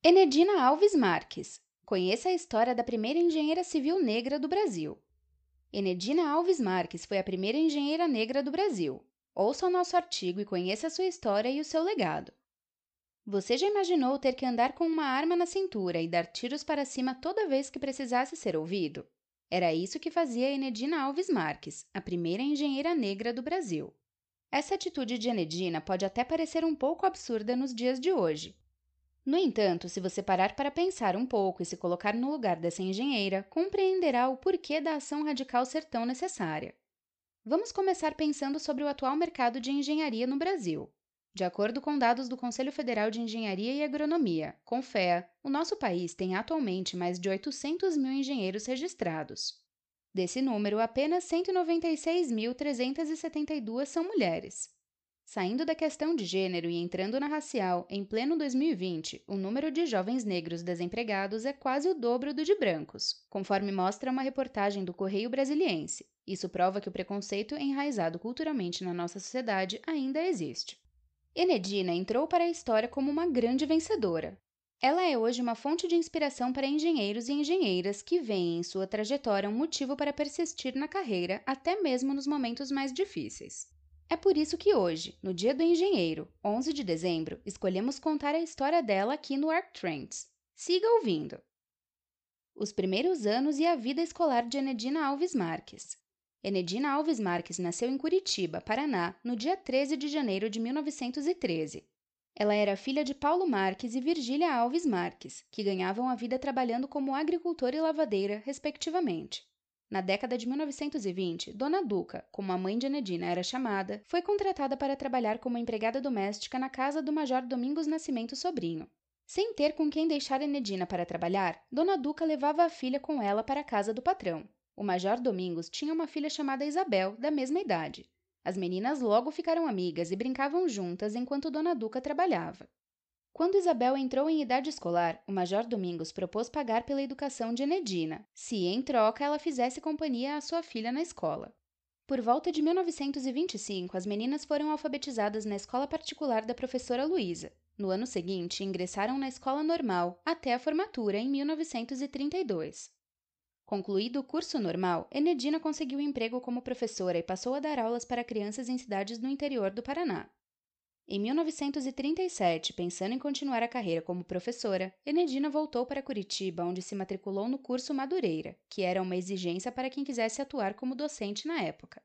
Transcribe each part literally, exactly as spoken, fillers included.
Enedina Alves Marques. Conheça a história da primeira engenheira civil negra do Brasil. Enedina Alves Marques foi a primeira engenheira negra do Brasil. Ouça o nosso artigo e conheça a sua história e o seu legado. Você já imaginou ter que andar com uma arma na cintura e dar tiros para cima toda vez que precisasse ser ouvido? Era isso que fazia Enedina Alves Marques, a primeira engenheira negra do Brasil. Essa atitude de Enedina pode até parecer um pouco absurda nos dias de hoje. No entanto, se você parar para pensar um pouco e se colocar no lugar dessa engenheira, compreenderá o porquê da ação radical ser tão necessária. Vamos começar pensando sobre o atual mercado de engenharia no Brasil. De acordo com dados do Conselho Federal de Engenharia e Agronomia, CONFEA, o nosso país tem atualmente mais de oitocentos mil engenheiros registrados. Desse número, apenas cento e noventa e seis mil trezentas e setenta e duas são mulheres. Saindo da questão de gênero e entrando na racial, em pleno dois mil e vinte, o número de jovens negros desempregados é quase o dobro do de brancos, conforme mostra uma reportagem do Correio Brasiliense. Isso prova que o preconceito enraizado culturalmente na nossa sociedade ainda existe. Enedina entrou para a história como uma grande vencedora. Ela é hoje uma fonte de inspiração para engenheiros e engenheiras que veem em sua trajetória um motivo para persistir na carreira até mesmo nos momentos mais difíceis. É por isso que hoje, no Dia do Engenheiro, onze de dezembro, escolhemos contar a história dela aqui no ArcTrends. Siga ouvindo! Os primeiros anos e a vida escolar de Enedina Alves Marques. Enedina Alves Marques nasceu em Curitiba, Paraná, no dia treze de janeiro de mil novecentos e treze. Ela era filha de Paulo Marques e Virgília Alves Marques, que ganhavam a vida trabalhando como agricultora e lavadeira, respectivamente. Na década de mil novecentos e vinte, Dona Duca, como a mãe de Enedina era chamada, foi contratada para trabalhar como empregada doméstica na casa do Major Domingos Nascimento Sobrinho. Sem ter com quem deixar Enedina para trabalhar, Dona Duca levava a filha com ela para a casa do patrão. O Major Domingos tinha uma filha chamada Isabel, da mesma idade. As meninas logo ficaram amigas e brincavam juntas enquanto Dona Duca trabalhava. Quando Isabel entrou em idade escolar, o Major Domingos propôs pagar pela educação de Enedina, se, em troca, ela fizesse companhia à sua filha na escola. Por volta de mil novecentos e vinte e cinco, as meninas foram alfabetizadas na escola particular da professora Luísa. No ano seguinte, ingressaram na escola normal, até a formatura, em mil novecentos e trinta e dois. Concluído o curso normal, Enedina conseguiu emprego como professora e passou a dar aulas para crianças em cidades no interior do Paraná. Em mil novecentos e trinta e sete, pensando em continuar a carreira como professora, Enedina voltou para Curitiba, onde se matriculou no curso Madureira, que era uma exigência para quem quisesse atuar como docente na época.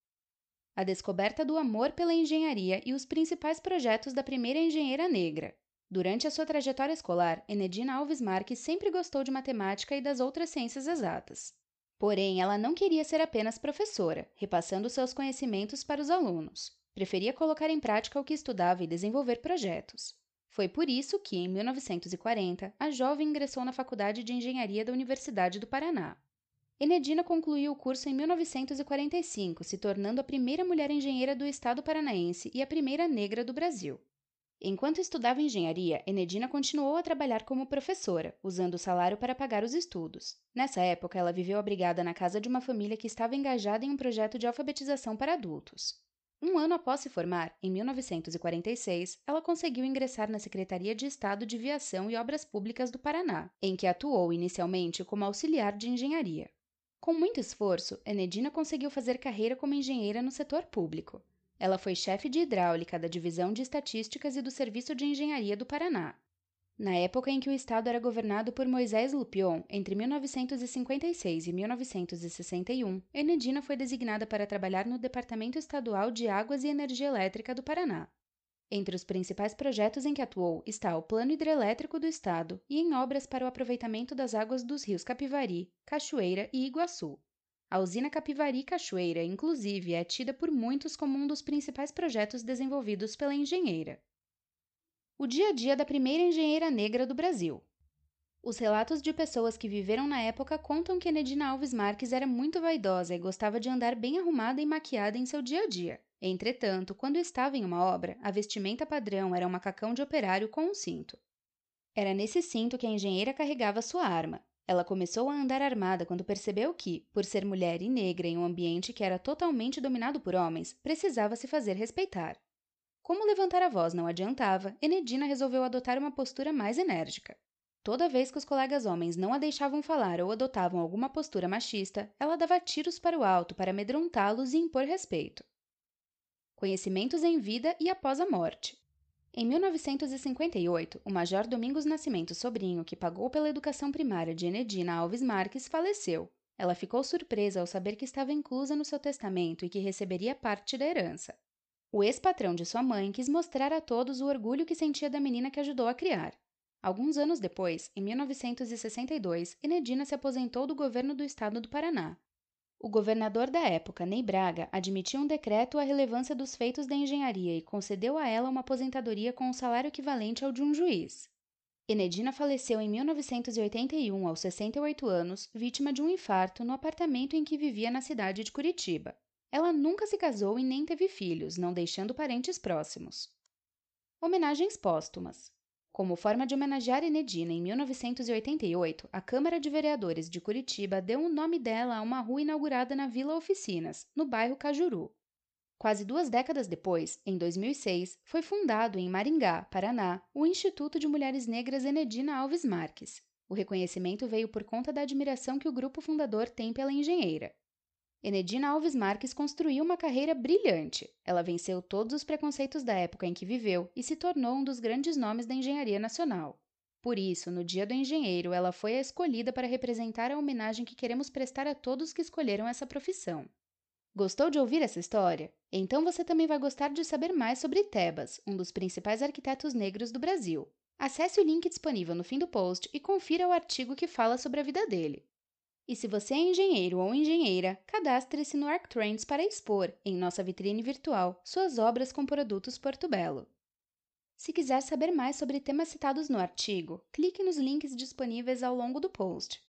A descoberta do amor pela engenharia e os principais projetos da primeira engenheira negra. Durante a sua trajetória escolar, Enedina Alves Marques sempre gostou de matemática e das outras ciências exatas. Porém, ela não queria ser apenas professora, repassando seus conhecimentos para os alunos. Preferia colocar em prática o que estudava e desenvolver projetos. Foi por isso que, em mil novecentos e quarenta, a jovem ingressou na Faculdade de Engenharia da Universidade do Paraná. Enedina concluiu o curso em mil novecentos e quarenta e cinco, se tornando a primeira mulher engenheira do estado paranaense e a primeira negra do Brasil. Enquanto estudava engenharia, Enedina continuou a trabalhar como professora, usando o salário para pagar os estudos. Nessa época, ela viveu abrigada na casa de uma família que estava engajada em um projeto de alfabetização para adultos. Um ano após se formar, em mil novecentos e quarenta e seis, ela conseguiu ingressar na Secretaria de Estado de Viação e Obras Públicas do Paraná, em que atuou inicialmente como auxiliar de engenharia. Com muito esforço, Enedina conseguiu fazer carreira como engenheira no setor público. Ela foi chefe de hidráulica da Divisão de Estatísticas e do Serviço de Engenharia do Paraná. Na época em que o estado era governado por Moisés Lupion, entre mil novecentos e cinquenta e seis e mil novecentos e sessenta e um, Enedina foi designada para trabalhar no Departamento Estadual de Águas e Energia Elétrica do Paraná. Entre os principais projetos em que atuou está o Plano Hidrelétrico do Estado e em obras para o aproveitamento das águas dos rios Capivari, Cachoeira e Iguaçu. A usina Capivari-Cachoeira, inclusive, é tida por muitos como um dos principais projetos desenvolvidos pela engenheira. O dia a dia da primeira engenheira negra do Brasil. Os relatos de pessoas que viveram na época contam que Enedina Alves Marques era muito vaidosa e gostava de andar bem arrumada e maquiada em seu dia a dia. Entretanto, quando estava em uma obra, a vestimenta padrão era um macacão de operário com um cinto. Era nesse cinto que a engenheira carregava sua arma. Ela começou a andar armada quando percebeu que, por ser mulher e negra em um ambiente que era totalmente dominado por homens, precisava se fazer respeitar. Como levantar a voz não adiantava, Enedina resolveu adotar uma postura mais enérgica. Toda vez que os colegas homens não a deixavam falar ou adotavam alguma postura machista, ela dava tiros para o alto para amedrontá-los e impor respeito. Conhecimentos em vida e após a morte. Em mil novecentos e cinquenta e oito, o Major Domingos Nascimento Sobrinho, que pagou pela educação primária de Enedina Alves Marques, faleceu. Ela ficou surpresa ao saber que estava inclusa no seu testamento e que receberia parte da herança. O ex-patrão de sua mãe quis mostrar a todos o orgulho que sentia da menina que ajudou a criar. Alguns anos depois, em mil novecentos e sessenta e dois, Enedina se aposentou do governo do estado do Paraná. O governador da época, Ney Braga, admitiu um decreto à relevância dos feitos da engenharia e concedeu a ela uma aposentadoria com um salário equivalente ao de um juiz. Enedina faleceu em mil novecentos e oitenta e um, aos sessenta e oito anos, vítima de um infarto no apartamento em que vivia na cidade de Curitiba. Ela nunca se casou e nem teve filhos, não deixando parentes próximos. Homenagens póstumas. Como forma de homenagear Enedina, em mil novecentos e oitenta e oito, a Câmara de Vereadores de Curitiba deu o nome dela a uma rua inaugurada na Vila Oficinas, no bairro Cajuru. Quase duas décadas depois, em dois mil e seis, foi fundado em Maringá, Paraná, o Instituto de Mulheres Negras Enedina Alves Marques. O reconhecimento veio por conta da admiração que o grupo fundador tem pela engenheira. Enedina Alves Marques construiu uma carreira brilhante. Ela venceu todos os preconceitos da época em que viveu e se tornou um dos grandes nomes da engenharia nacional. Por isso, no Dia do Engenheiro, ela foi a escolhida para representar a homenagem que queremos prestar a todos que escolheram essa profissão. Gostou de ouvir essa história? Então você também vai gostar de saber mais sobre Tebas, um dos principais arquitetos negros do Brasil. Acesse o link disponível no fim do post e confira o artigo que fala sobre a vida dele. E se você é engenheiro ou engenheira, cadastre-se no ArcTrends para expor, em nossa vitrine virtual, suas obras com produtos Porto Belo. Se quiser saber mais sobre temas citados no artigo, clique nos links disponíveis ao longo do post.